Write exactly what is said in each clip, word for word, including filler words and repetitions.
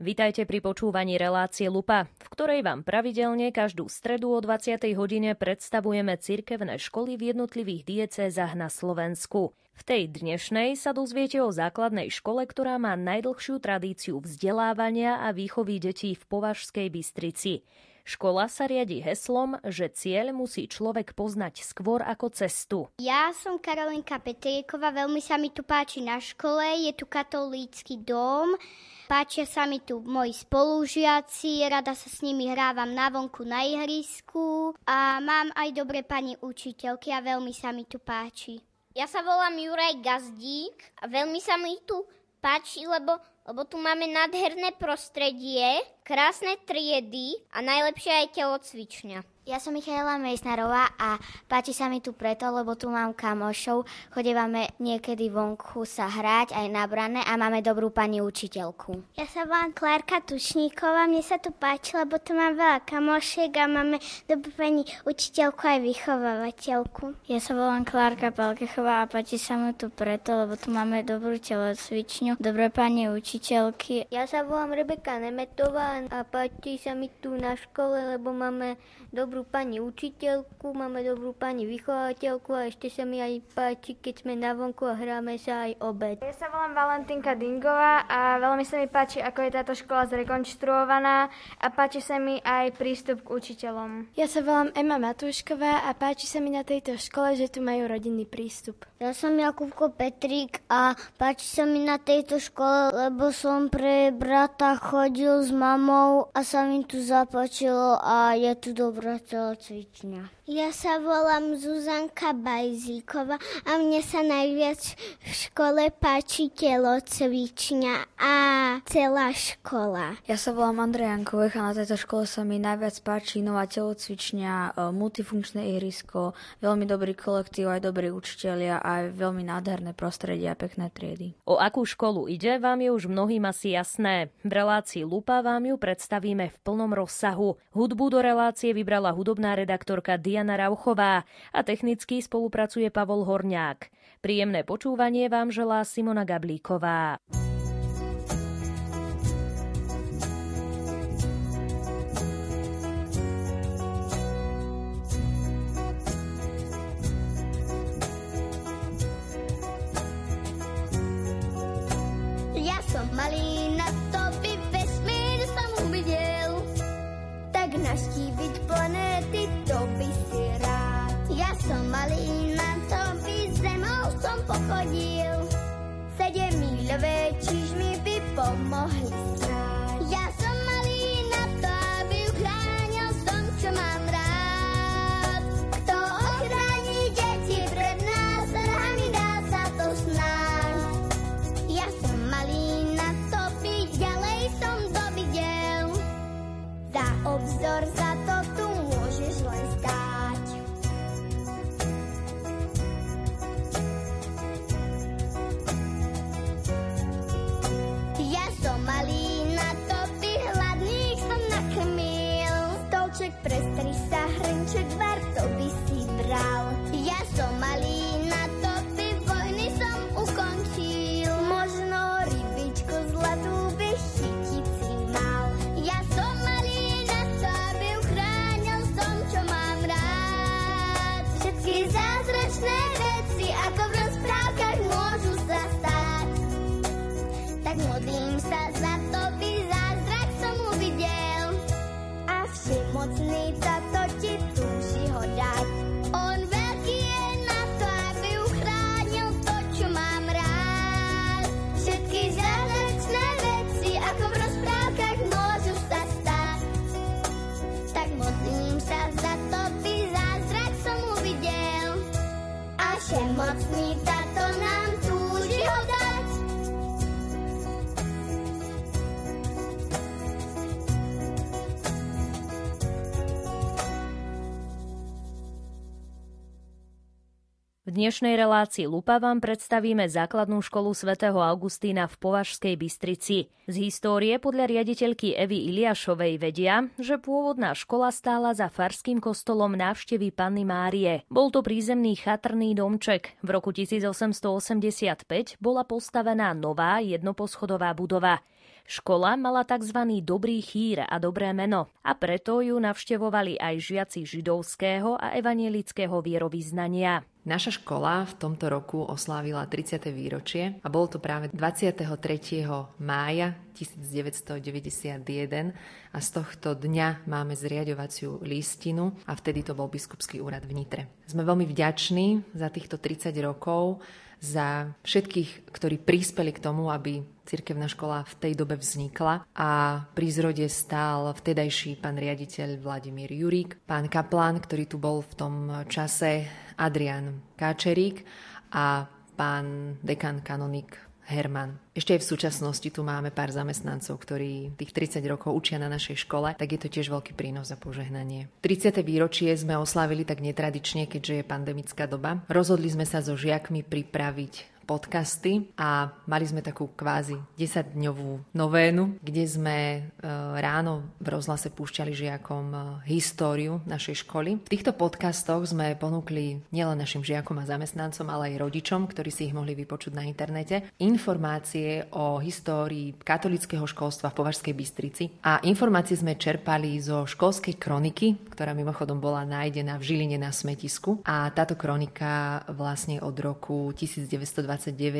Vitajte pri počúvaní relácie Lupa, v ktorej vám pravidelne každú stredu o dvadsiatej hodine predstavujeme cirkevné školy v jednotlivých diecézach na Slovensku. V tej dnešnej sa dozviete o základnej škole, ktorá má najdlhšiu tradíciu vzdelávania a výchovy detí v Považskej Bystrici. Škola sa riadi heslom, že cieľ musí človek poznať skôr ako cestu. Ja som Karolinka Petrieková, veľmi sa mi tu páči na škole, je tu katolícky dom, páčia sa mi tu moji spolužiaci, rada sa s nimi hrávam na vonku na ihrisku a mám aj dobre pani učiteľky a veľmi sa mi tu páči. Ja sa volám Juraj Gazdík a veľmi sa mi tu páči, lebo, lebo tu máme nádherné prostredie, krásne triedy a najlepšia aj telocvičňa. Ja som Michaela Mejsnarová a páči sa mi tu preto, lebo tu mám kamošov, chodívame niekedy vonku sa hrať aj na brane a máme dobrú pani učiteľku. Ja sa volám Klárka Tučníková, mne sa tu páči, lebo tu mám veľa kamošiek a máme dobrú pani učiteľku aj vychovávateľku. Ja sa volám Klárka Palkechová a páči sa mi tu preto, lebo tu máme dobrú telocvičňu, dobré pani učiteľky. Ja sa volám Rebeka Nemetová a páči sa mi tu na škole, lebo máme dobrú pani učiteľku, máme dobrú pani vychovateľku a ešte sa mi aj páči, keď sme na vonku a hráme sa aj obed. Ja sa volám Valentínka Dingová a veľmi sa mi páči, ako je táto škola zrekonštruovaná a páči sa mi aj prístup k učiteľom. Ja sa volám Ema Matúšková a páči sa mi na tejto škole, že tu majú rodinný prístup. Ja som Jakubko Petrík a páči sa mi na tejto škole, lebo som pre brata chodil s mamou a sa mi tu zapáčilo a je tu dobrá telocvičňa. Ja sa volám Zuzanka Bajzíková a mne sa najviac v škole páči telocvičňa a celá škola. Ja sa volám Andrej Jankovech a na tejto škole sa mi najviac páči nová telocvičňa, multifunkčné ihrisko, veľmi dobrý kolektív, aj dobrí učitelia a veľmi nádherné prostredie a pekné triedy. O akú školu ide, vám je už mnohým asi jasné. V relácii Lupa vám ju predstavíme v plnom rozsahu. Hudbu do relácie vybrala hudobná redaktorka Diana Rauchová a technicky spolupracuje Pavol Horňák. Príjemné počúvanie vám želá Simona Gablíková. Ja som malý, na to by vesmír som uvidel, tak naštíviť planéty to by si rád. Ja som malý, na to by zemou som pochodil, sedem míľové čižmy by pomohli snáď. Ja som malý, na to, aby uchránil som, čo mám rád. Kto ochráni deti pred násilami, dá sa to snáď. Ja som malý, na to by ďalej som dovidel, za obzor za to tu môžeš len stáť. Ja som malý, na to by hladných som nakrmil, stolček pre strisa, hrnček var, to by si bral. Ja som malý, na to by vojny som ukončil, možno rybičku zlatú by chytiť si mal. Ja som malý, na to, aby uchránil som, čo mám rád. Všetky zázračné veci, ako v rozprávkach, môžu sa stať. Tak modlím sa za to, by zázrak som uvidel a všemocný táto ti túži ho dať. On veľký je na to, aby uchránil to, čo mám rád. Všetky zázračné veci, ako v rozprávkach, môžu sa stať. Tak modlím sa za to, by zázrak som uvidel a všemocný táto nám túži ho dať. V dnešnej relácii Lupa vám predstavíme základnú školu svätého Augustína v Považskej Bystrici. Z histórie podľa riaditeľky Evy Iliášovej vedia, že pôvodná škola stála za farským kostolom Návštevy Panny Márie. Bol to prízemný chatrný domček. V roku tisícosemstoosemdesiatpäť bola postavená nová jednoposchodová budova. Škola mala tzv. Dobrý chýr a dobré meno a preto ju navštevovali aj žiaci židovského a evanielického vierovyznania. Naša škola v tomto roku oslávila tridsiate výročie a bolo to práve dvadsiateho tretieho mája tisícdeväťstodeväťdesiatjeden a z tohto dňa máme zriaďovaciu listinu a vtedy to bol biskupský úrad v Nitre. Sme veľmi vďační za týchto tridsať rokov, za všetkých, ktorí prispeli k tomu, aby cirkevná škola v tej dobe vznikla a pri zrode stál vtedajší pán riaditeľ Vladimír Jurík, pán kaplán, ktorý tu bol v tom čase Adrián Káčerík a pán dekan kanonik Herman. Ešte aj v súčasnosti tu máme pár zamestnancov, ktorí tých tridsať rokov učia na našej škole, tak je to tiež veľký prínos a požehnanie. tridsiate výročie sme oslávili tak netradične, keďže je pandemická doba. Rozhodli sme sa so žiakmi pripraviť podcasty a mali sme takú kvázi desaťdňovú novénu, kde sme ráno v rozhlase púšťali žiakom históriu našej školy. V týchto podcastoch sme ponúkli nielen našim žiakom a zamestnancom, ale aj rodičom, ktorí si ich mohli vypočuť na internete, informácie o histórii katolického školstva v Považskej Bystrici a informácie sme čerpali zo školskej kroniky, ktorá mimochodom bola nájdená v Žiline na smetisku a táto kronika vlastne od roku devätnásťstodvadsaťdeväť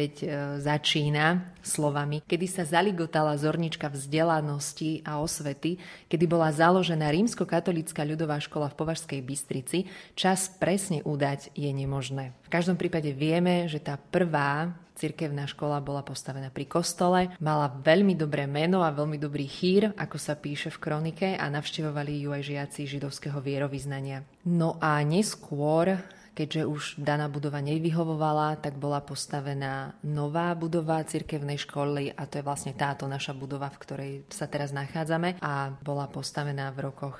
začína slovami, kedy sa zaligotala zornička vzdelanosti a osvety, kedy bola založená rímskokatolícka ľudová škola v Považskej Bystrici, čas presne udať je nemožné. V každom prípade vieme, že tá prvá cirkevná škola bola postavená pri kostole, mala veľmi dobré meno a veľmi dobrý chýr, ako sa píše v kronike, a navštevovali ju aj žiaci židovského vierovyznania. No a neskôr, keďže už daná budova nevyhovovala, tak bola postavená nová budova cirkevnej školy a to je vlastne táto naša budova, v ktorej sa teraz nachádzame a bola postavená v rokoch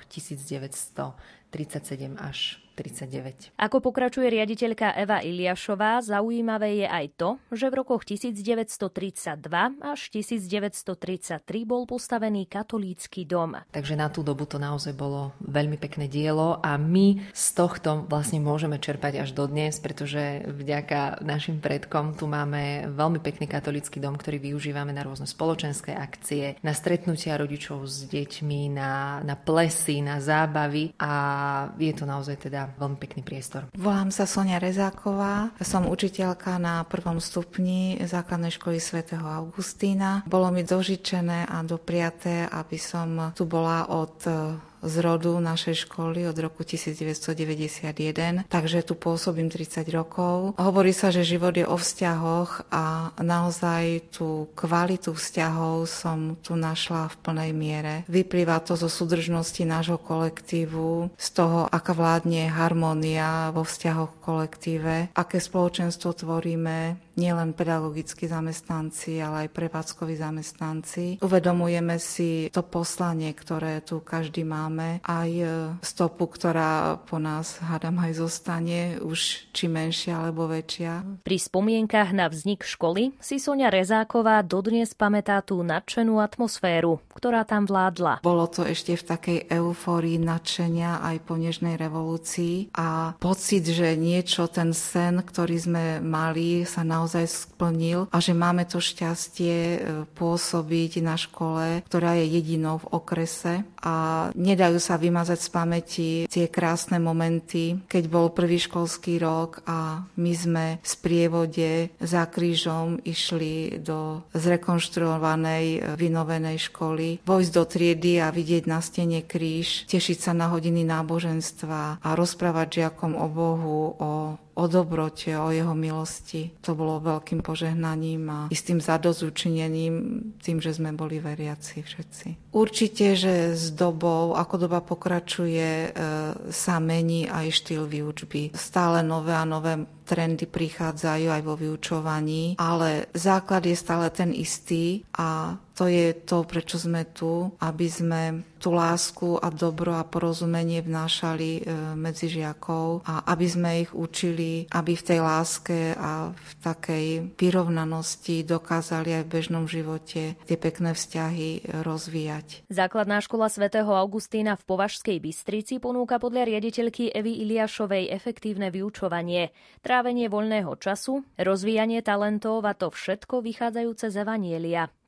devätnásťtridsaťsedem až tridsaťdeväť. Ako pokračuje riaditeľka Eva Iliášová, zaujímavé je aj to, že v rokoch devätnásťtridsaťdva až devätnásťtridsaťtri bol postavený katolícky dom. Takže na tú dobu to naozaj bolo veľmi pekné dielo a my z tohto vlastne môžeme čerpať až dodnes, pretože vďaka našim predkom tu máme veľmi pekný katolícky dom, ktorý využívame na rôzne spoločenské akcie, na stretnutia rodičov s deťmi, na, na plesy, na zábavy a je to naozaj teda veľmi pekný priestor. Volám sa Sonia Rezáková, som učiteľka na prvom stupni základnej školy svätého Augustína. Bolo mi dožičené a dopriaté, aby som tu bola od z rodu našej školy od roku devätnásťstodeväťdesiatjeden, takže tu pôsobím tridsať rokov. Hovorí sa, že život je o vzťahoch a naozaj tú kvalitu vzťahov som tu našla v plnej miere. Vyplýva to zo súdržnosti nášho kolektívu, z toho, aká vládne harmónia vo vzťahoch v kolektíve, aké spoločenstvo tvoríme, nielen pedagogickí zamestnanci, ale aj prevádzkoví zamestnanci. Uvedomujeme si to poslanie, ktoré tu každý máme, aj stopu, ktorá po nás, hádam, aj zostane, už či menšia alebo väčšia. Pri spomienkach na vznik školy si Sonia Rezáková dodnes pamätá tú nadšenú atmosféru, ktorá tam vládla. Bolo to ešte v takej eufórii nadšenia aj po nežnej revolúcii a pocit, že niečo, ten sen, ktorý sme mali, sa naozaj naozaj splnil a že máme to šťastie pôsobiť na škole, ktorá je jedinou v okrese a nedajú sa vymazať z pamäti tie krásne momenty, keď bol prvý školský rok a my sme v sprievode za krížom išli do zrekonštruovanej, vynovenej školy, vojsť do triedy a vidieť na stene kríž, tešiť sa na hodiny náboženstva a rozprávať žiakom o Bohu, o o dobrote, o jeho milosti. To bolo veľkým požehnaním a istým zadozučinením tým, že sme boli veriaci všetci. Určite, že s dobou, ako doba pokračuje, e, sa mení aj štýl výučby. Stále nové a nové trendy prichádzajú aj vo vyučovaní, ale základ je stále ten istý a to je to, prečo sme tu, aby sme tú lásku a dobro a porozumenie vnášali medzi žiakov a aby sme ich učili, aby v tej láske a v takej vyrovnanosti dokázali aj v bežnom živote tie pekné vzťahy rozvíjať. Základná škola svätého Augustína v Považskej Bystrici ponúka podľa riaditeľky Evy Iliášovej efektívne vyučovanie, trávenie voľného času, rozvíjanie talentov a to všetko vychádzajúce z evanjelia,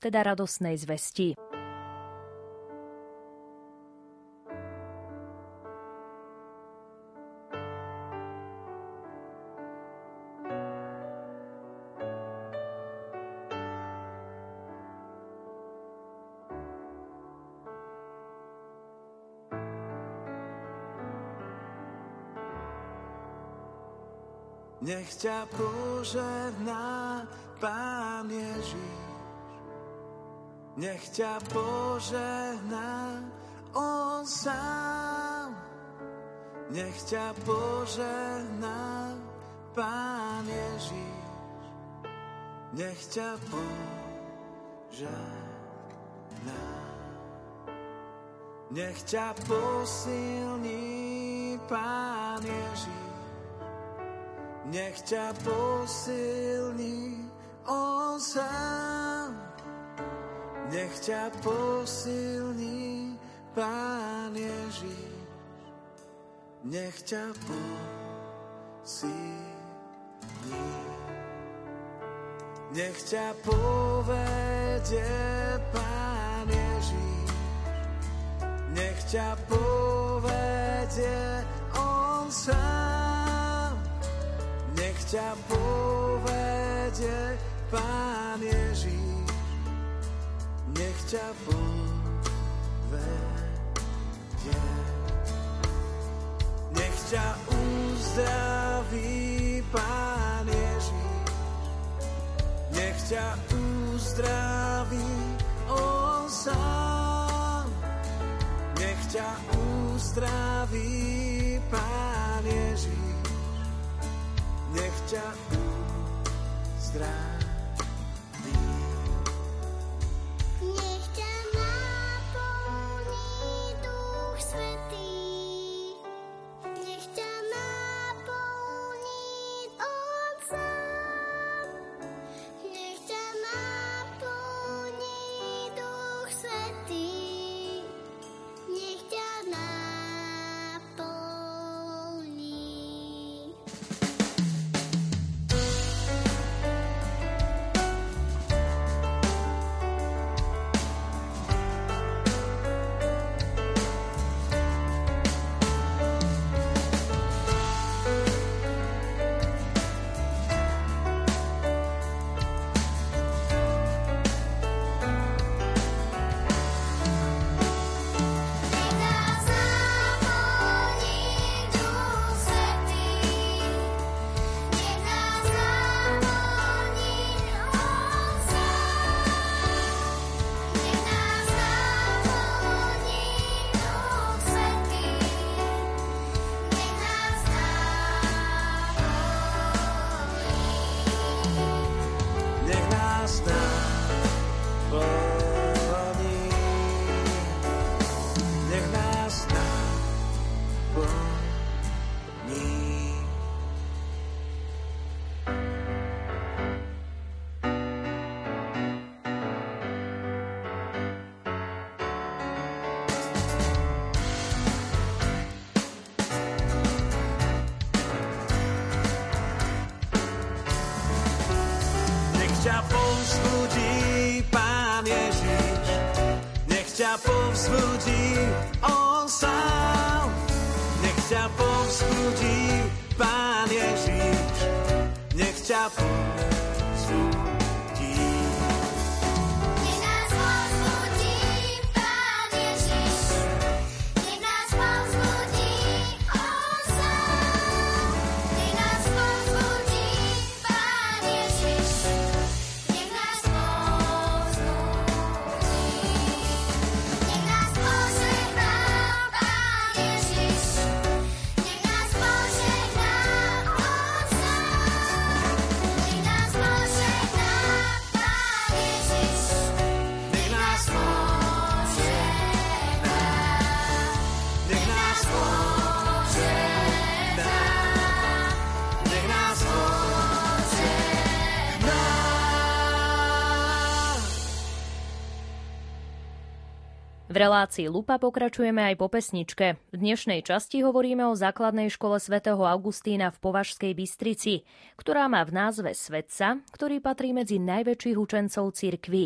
teda radosnej zvesti. Nech ťa požehná Pán Ježiš, nech ťa požehná On sám, nech ťa požehná Pán Ježiš, nech ťa požehná, nech ťa posilní Pán Ježiš, nech ťa posilní On sám, nech ťa posilní Pán Ježiš, nech ťa posilní, nech ťa povedie Pán Ježiš, nech ťa povedie On sám, nech ťa povedie Pán Ježiš, nech ťa povedie, nech ťa uzdraví Pán Ježiš, nech ťa uzdraví On sám, nech ťa uzdraví Pán Ježiš, nech ťa uzdraví. Nech ťa naplní Duch Svätý, nech ťa naplní On sám, nech ťa naplní Duch Svätý, nech ťa naplní. ťa povzbudí Pán Ježiš, nech ťa povzbudí On sám, nech ťa povzbudí Pán Ježiš, nech ťa povzbudí. Nech nás povzbudí Pán Ježiš, nech nás povzbudí On sám, nech nás povzbudí Pán Ježiš, nech nás povzbudí. Nech nás požehná Pán Ježiš, nech nás požehná On sám, nech nás požehná Pán Ježiš, nech nás požehná, Nech nás požehná, nech nás požehná. V relácii Lupa pokračujeme aj po pesničke. V dnešnej časti hovoríme o základnej škole svätého Augustína v Považskej Bystrici, ktorá má v názve svätca, ktorý patrí medzi najväčších učencov cirkvi.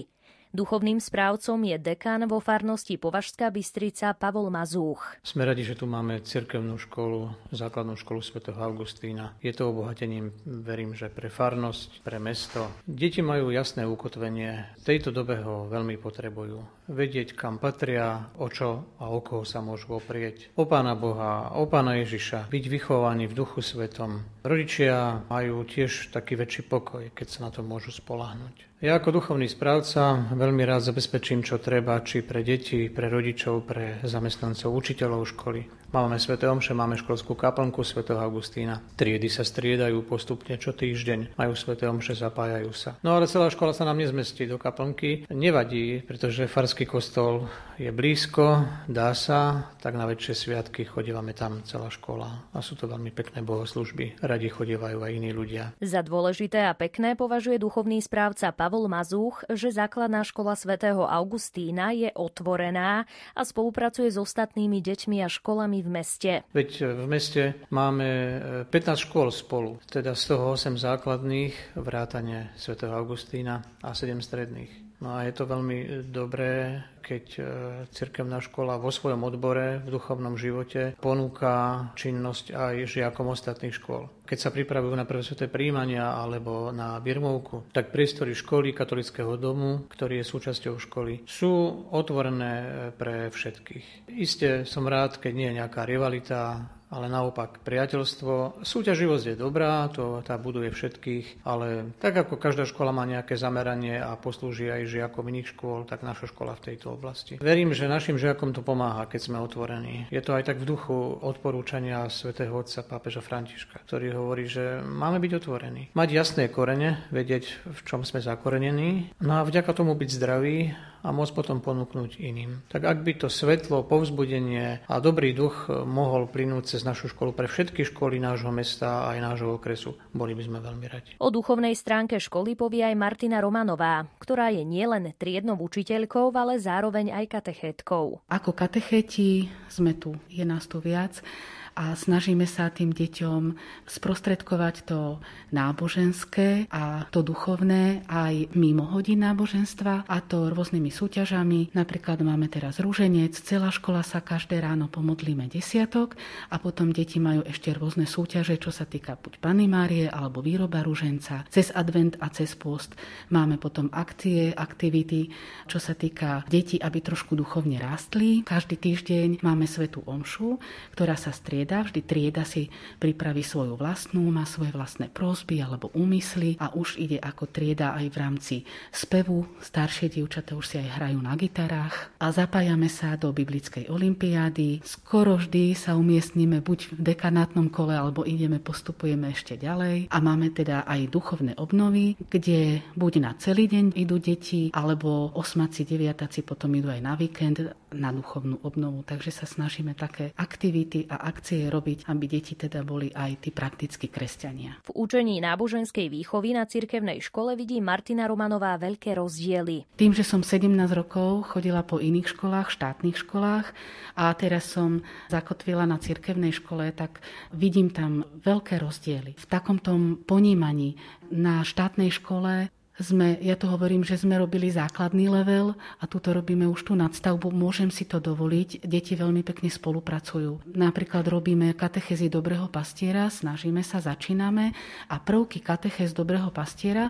Duchovným správcom je dekan vo farnosti Považská Bystrica Pavol Mazúch. Sme radi, že tu máme cirkevnú školu, základnú školu svätého Augustína. Je to obohatením, verím, že pre farnosť, pre mesto. Deti majú jasné ukotvenie. V tejto dobe ho veľmi potrebujú. Vedieť, kam patria, o čo a o koho sa môžu oprieť. O Pána Boha, o Pána Ježiša. Byť vychovaní v Duchu Svetom. Rodičia majú tiež taký väčší pokoj, keď sa na to môžu spoľahnúť. Ja ako duchovný správca veľmi rád zabezpečím, čo treba, či pre deti, pre rodičov, pre zamestnancov, učiteľov školy. Máme sväté omše, máme školskú kaplnku svätého Augustína. Triedy sa striedajú postupne čo týždeň, majú sväté omše, zapájajú sa. No ale celá škola sa nám nezmestí do kaplnky. Nevadí, pretože farský kostol je blízko, dá sa, tak na väčšie sviatky chodívame tam celá škola. A sú to veľmi pekné bohoslužby. Radi chodívajú aj iní ľudia. Za dôležité a pekné považuje duchovný správca Pavol Mazúch, že základná škola svätého Augustína je otvorená a spolupracuje s ostatnými deťmi a školami v meste. Veď v meste máme pätnásť škôl spolu, teda z toho osem základných, vrátane svätého Augustína a sedem stredných. No a je to veľmi dobré, keď cirkevná škola vo svojom odbore v duchovnom živote ponúka činnosť aj žiakom ostatných škôl. Keď sa pripravujú na prvé sväté prijímania alebo na birmovku, tak priestory školy katolického domu, ktorý je súčasťou školy, sú otvorené pre všetkých. Isté som rád, keď nie je nejaká rivalita, ale naopak priateľstvo. Súťaživosť je dobrá, to tá buduje všetkých, ale tak ako každá škola má nejaké zameranie a poslúži aj žiakom iných škôl, tak naša škola v tejto oblasti. Verím, že našim žiakom to pomáha, keď sme otvorení. Je to aj tak v duchu odporúčania svätého otca pápeža Františka, ktorý hovorí, že máme byť otvorení. Mať jasné korene, vedieť, v čom sme zakorenení, no a vďaka tomu byť zdraví a môcť potom ponúknuť iným. Tak ak by to svetlo, povzbudenie a dobrý duch mohol plynúť cez našu školu pre všetky školy nášho mesta a aj nášho okresu, boli by sme veľmi radi. O duchovnej stránke školy povie aj Martina Romanová, ktorá je nielen triednou učiteľkou, ale zároveň aj katechétkou. Ako katechéti sme tu, je nás tu viac a snažíme sa tým deťom sprostredkovať to náboženské a to duchovné aj mimo hodín náboženstva, a to rôznymi súťažami. Napríklad máme teraz rúženec, celá škola sa každé ráno pomodlíme desiatok a potom deti majú ešte rôzne súťaže, čo sa týka buď Panny Márie alebo výroba rúženca. Cez advent a cez pôst máme potom akcie, aktivity, čo sa týka detí, aby trošku duchovne rástli. Každý týždeň máme svätú omšu, ktorá sa strieda. Vždy trieda si pripraví svoju vlastnú, má svoje vlastné prosby alebo úmysly a už ide ako trieda aj v rámci spevu. Staršie dievčatá už si aj hrajú na gitarách a zapájame sa do biblickej olympiády. Skoro vždy sa umiestnime buď v dekanátnom kole, alebo ideme, postupujeme ešte ďalej. A máme teda aj duchovné obnovy, kde buď na celý deň idú deti, alebo osmáci, deviatáci potom idú aj na víkend na duchovnú obnovu. Takže sa snažíme také aktivity a akcie robiť, aby deti teda boli aj tí praktickí kresťania. V učení náboženskej výchovy na cirkevnej škole vidí Martina Romanová veľké rozdiely. Tým, že som sedemnásť rokov chodila po iných školách, štátnych školách a teraz som zakotvila na cirkevnej škole, tak vidím tam veľké rozdiely. V takomto ponímaní na štátnej škole sme, ja to hovorím, že sme robili základný level a tuto robíme už tú nadstavbu, môžem si to dovoliť. Deti veľmi pekne spolupracujú. Napríklad robíme katechézy dobrého pastiera, snažíme sa, začíname a prvky katechéz dobrého pastiera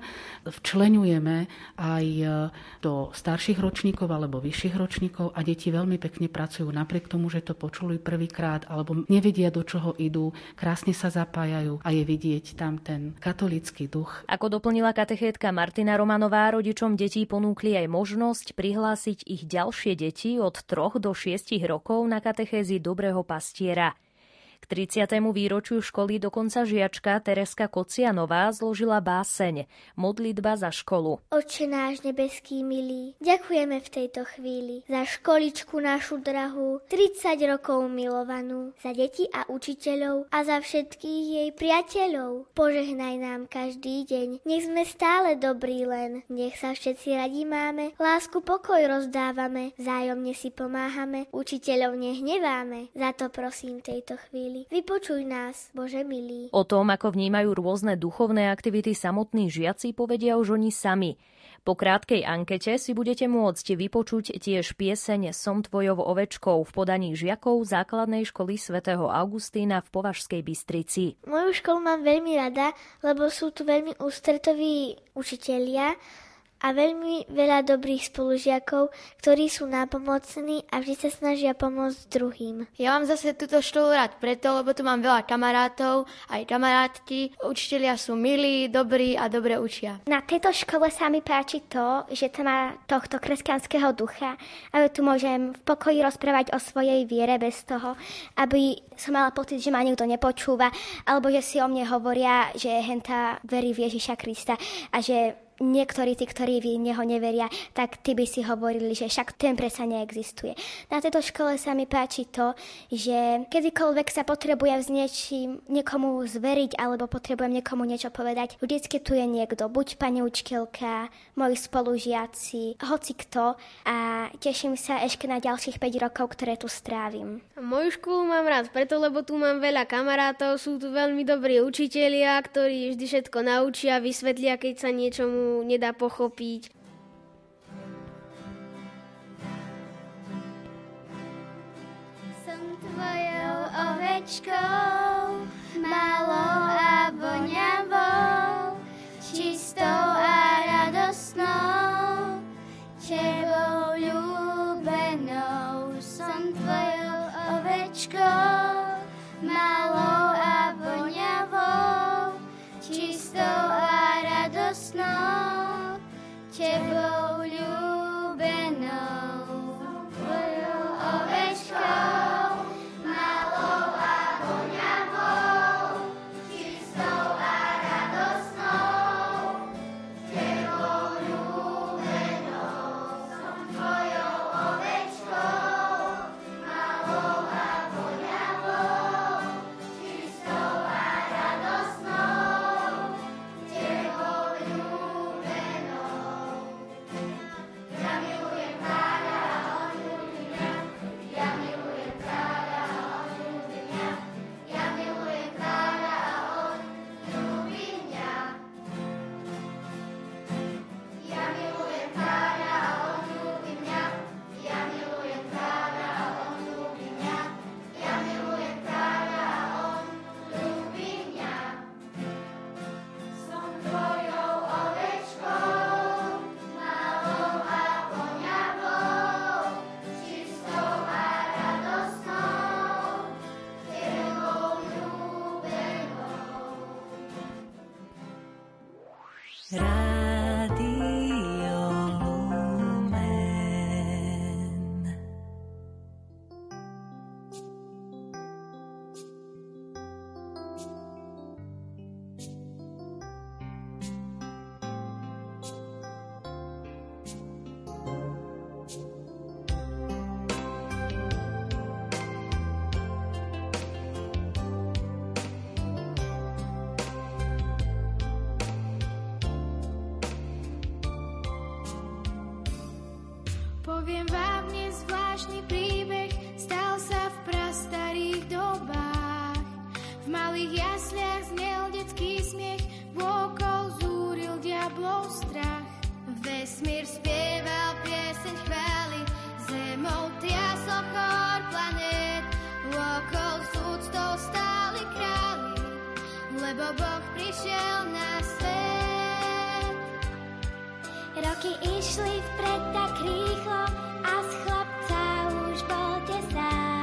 včleňujeme aj do starších ročníkov alebo vyšších ročníkov a deti veľmi pekne pracujú. Napriek tomu, že to počuli prvýkrát alebo nevedia, do čoho idú, krásne sa zapájajú a je vidieť tam ten katolícky duch. Ako doplnila katechétka Martina Martina Romanová, rodičom detí ponúkli aj možnosť prihlásiť ich ďalšie deti od troch do šiestich rokov na katechézy dobrého pastiera. K tridsiatemu výročiu školy dokonca žiačka Tereska Kocianová zložila báseň Modlitba za školu. Otče náš nebeský milý, ďakujeme v tejto chvíli za školičku našu drahú, tridsať rokov milovanú, za deti a učiteľov a za všetkých jej priateľov. Požehnaj nám každý deň, nech sme stále dobrí len, nech sa všetci radi máme, lásku pokoj rozdávame, vzájomne si pomáhame, učiteľov nehneváme. Za to prosím tejto chvíli milý. Vypočuj nás, Bože milý. O tom, ako vnímajú rôzne duchovné aktivity samotní žiaci, povedia už oni sami. Po krátkej ankete si budete môcť vypočuť tiež pieseň Som tvojou ovečkou v podaní žiakov základnej školy svätého Augustína v Považskej Bystrici. Moju školu mám veľmi rada, lebo sú tu veľmi ústretoví učitelia a veľmi veľa dobrých spolužiakov, ktorí sú nápomocní a vždy sa snažia pomôcť druhým. Ja mám zase túto školu rád preto, lebo tu mám veľa kamarátov, aj kamarátky. Učitelia sú milí, dobrí a dobre učia. Na tejto škole sa mi páči to, že to má tohto kresťanského ducha, aby tu môžem v pokoji rozprávať o svojej viere bez toho, aby som mala pocit, že ma nikto nepočúva, alebo že si o mne hovoria, že henta verí v Ježiša Krista a že niektorí tí, ktorí v neho neveria, tak tí by si hovorili, že však ten predsa neexistuje. Na tejto škole sa mi páči to, že kedykoľvek sa potrebujem s niečím niekomu zveriť alebo potrebujem niekomu niečo povedať, vždycky tu je niekto, buď pani učiteľka, moji spolužiaci, hoci kto a teším sa ešte na ďalších päť rokov, ktoré tu strávim. Moju školu mám rád preto, lebo tu mám veľa kamarátov, sú tu veľmi dobrí učitelia, ktorí vždy všetko naučia, vysvetlia, keď sa niečomu nedá pochopiť. Som tvojou ovečkou, malou a voňavou, čistou a radosnou, tebou ľúbenou. Som tvojou ovečkou, malou a voňavou, čistou a radosnou, tebou ľúbenou. Tvojou ovečkou, malou a voňavou, čistou a radosnou, tebou ľúbenou. Som tvojou ovečkou, malou a voňavou, čistou a radosnou, tebou ľúbenou. Ja milujem kráľa a on ľúbi mňa. Ja milujem kráľa a on ľúbi mňa. Ja milujem kráľa a on ľúbi mňa. Ja milujem kráľa a on ľúbi mňa. Ja milujem kráľa a on ľúbi mňa. Ja milujem kráľa a on ľúbi mňa. Som tvojou ovečkou, malou a voňavou, čistou a radosnou, tebou ľúbenou. Rádio Lumen. Poviem vám dnes zvláštny príbeh, stal sa v prastarých dobách. V malých jasliach znel detský smiech, vôkol zúril diablov strach. Vesmír spieval pieseň chvály, zemou triasol chór planét, vôkol s úctou stáli králi, lebo Boh prišiel na svet. Roky išli vpred tak rýchlo a z chlapca už bol tesán.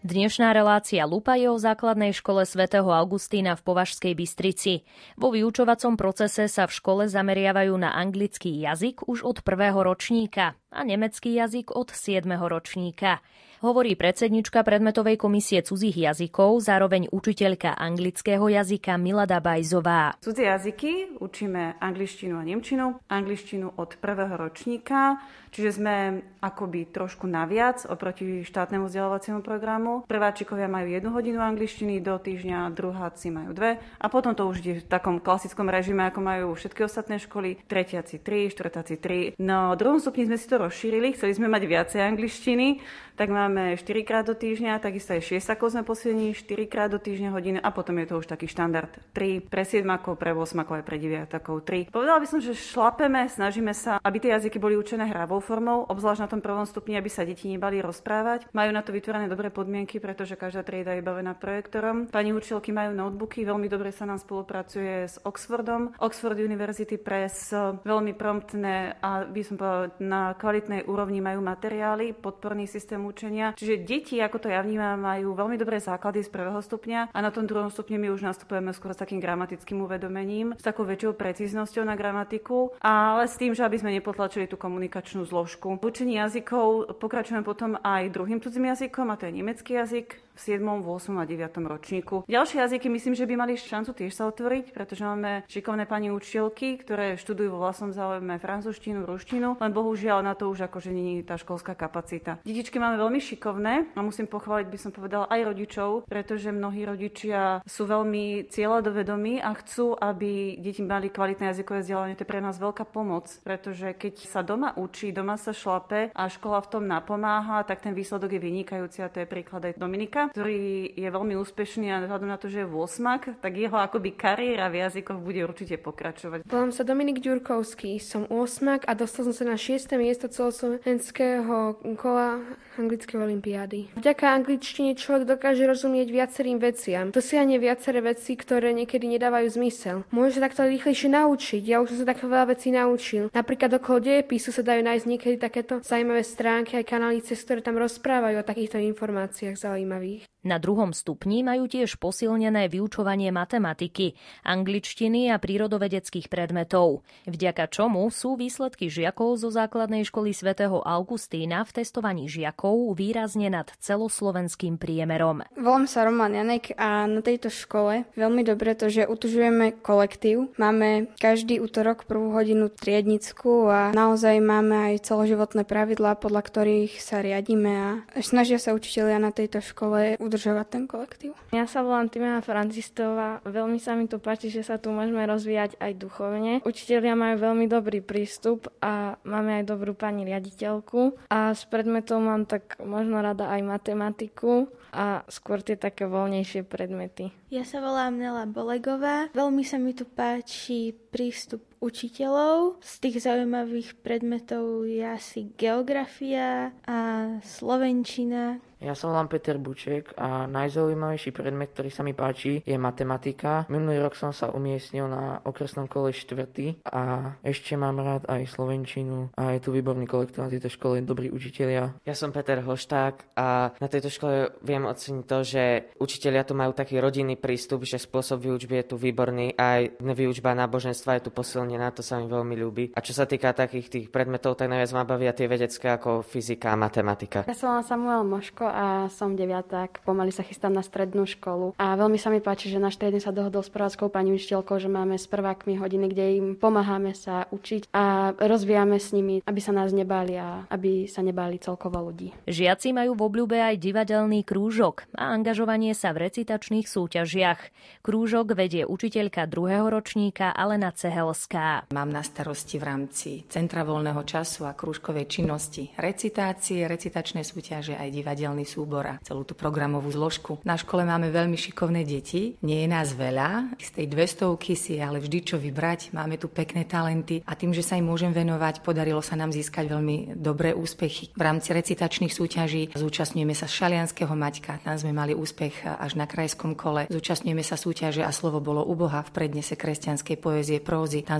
Dnešná relácia Lupa je o základnej škole svätého Augustína v Považskej Bystrici. Vo vyučovacom procese sa v škole zameriavajú na anglický jazyk už od prvého ročníka a nemecký jazyk od siedmeho ročníka. Hovorí predsednička predmetovej komisie cudzích jazykov, zároveň učiteľka anglického jazyka Milada Bajzová. Cudzie jazyky učíme angličtinu a nemčinu, angličtinu od prvého ročníka, čiže sme akoby trošku naviac oproti štátnemu vzdelávaciemu programu. Prváčikovia majú jednu hodinu angličtiny do týždňa, druháci majú dve a potom to už je v takom klasickom režime, ako majú všetky ostatné školy. Tretiaci tri, štvrtáci tri. No v druhom stupni sme si to rozšírili, chceli sme mať viacej angličtiny, tak máme štyrikrát do týždňa, takisto aj šiestakov sme posilnili štyrikrát do týždňa hodiny a potom je to už taký štandard tri pre siedmakov, pre ôsmakov aj pre deviatakov tri. Povedala by som, že šlapeme, snažíme sa, aby tie jazyky boli učené hravou formou, obzvlášť na tom prvom stupni, aby sa deti nebali rozprávať. Majú na to vytvorené dobré podmienky, pretože každá trieda je bavená projektorom. Pani učiteľky majú notebooky, veľmi dobre sa nám spolupracuje s Oxfordom. Oxford University Press veľmi promptné a by som povedala na kvalitnej úrovni majú materiály, podporný systém učenia. Čiže deti, ako to ja vnímam, majú veľmi dobré základy z prvého stupňa a na tom druhom stupni my už nastupujeme skôr s takým gramatickým uvedomením, s takou väčšou precíznosťou na gramatiku, ale s tým, že aby sme nepotlačili tú komunikačnú zložku. V učení jazykov pokračujeme potom aj druhým cudzým jazykom, a to je nemecký jazyk v siedmom, ôsmom a deviatom ročníku. Ďalšie jazyky myslím, že by mali šancu tiež sa otvoriť, pretože máme šikovné pani učiteľky, ktoré študujú vo vlastnom záujme francúzštinu, ruštinu, len bohužiaľ na to už akože nie je tá školská kapacita. Detičky máme veľmi šikovné a musím pochváliť, by som povedala, aj rodičov, pretože mnohí rodičia sú veľmi cieľadovedomí a chcú, aby deti mali kvalitné jazykové vzdelanie. To je pre nás veľká pomoc, pretože keď sa doma učí, doma sa šlape a škola v tom napomáha, tak ten výsledok je vynikajúci a to je príklad aj Dominika, ktorý je veľmi úspešný a vzhľadom na to, že je vôsmak, tak jeho akoby kariéra v jazykoch bude určite pokračovať. Volám sa Dominik Ďurkovský, som osmak a dostal som sa na šieste miesto celoslovenského kola anglickej olympiády. Vďaka angličtine človek dokáže rozumieť viacerým veciam. Dosiahne viaceré veci, ktoré niekedy nedávajú zmysel. Môže sa takto rýchlejšie naučiť. Ja už som sa takto veľa vecí naučil. Napríklad okolo dejepisu sa dajú nájsť niekedy takéto zaujímavé stránky aj kanály, cez ktoré tam rozprávajú o takýchto informáciách zaujímavých. Na druhom stupni majú tiež posilnené vyučovanie matematiky, angličtiny a prírodovedeckých predmetov, vďaka čomu sú výsledky žiakov zo základnej školy svätého Augustína v testovaní žiakov výrazne nad celoslovenským priemerom. Volám sa Roman Janek a na tejto škole veľmi dobre to, že utužujeme kolektív. Máme každý útorok prvú hodinu triednickú a naozaj máme aj celoživotné pravidlá, podľa ktorých sa riadíme a snažia sa učitelia na tejto škole udržovať ten kolektív. Ja sa volám Timea Francistová. Veľmi sa mi tu páči, že sa tu môžeme rozvíjať aj duchovne. Učitelia majú veľmi dobrý prístup a máme aj dobrú pani riaditeľku. A z predmetov mám tak možno rada aj matematiku a skôr tie také voľnejšie predmety. Ja sa volám Nela Bolegová. Veľmi sa mi tu páči prístup učiteľov. Z tých zaujímavých predmetov je asi geografia a slovenčina. Ja sa volám Peter Buček a najzaujímavejší predmet, ktorý sa mi páči, je matematika. Minulý rok som sa umiestnil na okresnom kole štvrtý a ešte mám rád aj slovenčinu a je tu výborný kolektív na tejto škole, dobrí učitelia. Ja som Peter Hošták a na tejto škole viem oceniť to, že učitelia tu majú taký rodinný prístup, že spôsob výučby je tu výborný, aj výučba náboženstva je tu posilnená, to sa mi veľmi ľúbi. A čo sa týka takých tých predmetov, tak najviac ma bavia tie vedecké ako fyzika a matematika. Ja som Samuel Moško a som deviatak. Pomaly sa chystám na strednú školu. A veľmi sa mi páči, že náš triedny sa dohodol s prváckou pani učiteľkou, že máme s prvákmi hodiny, kde im pomáhame sa učiť a rozvíjame s nimi, aby sa nás nebáli a aby sa nebáli celkovo ľudí. Žiaci majú v obľúbe aj divadelný krúžok a angažovanie sa v recitačných súťažiach. Krúžok vedie učiteľka druhého ročníka Alena Cehelská. Mám na starosti v rámci Centra voľného času a krúžkovej činnosti recitácie, recitačné súťaže aj divadelný súbor a celú tú programovú zložku. Na škole máme veľmi šikovné deti, nie je nás veľa, z tej dvestovky si ale vždy čo vybrať, máme tu pekné talenty a tým, že sa im môžem venovať, podarilo sa nám získať veľmi dobré úspechy. V rámci recitačných súťaží zúčastňujeme sa Šalianskeho Maťka, tam sme mali úspech až na krajskom kole, zúčastňujeme sa súťaže A slovo bolo u Boha v prednese kresťanskej poézie prózy, tam sme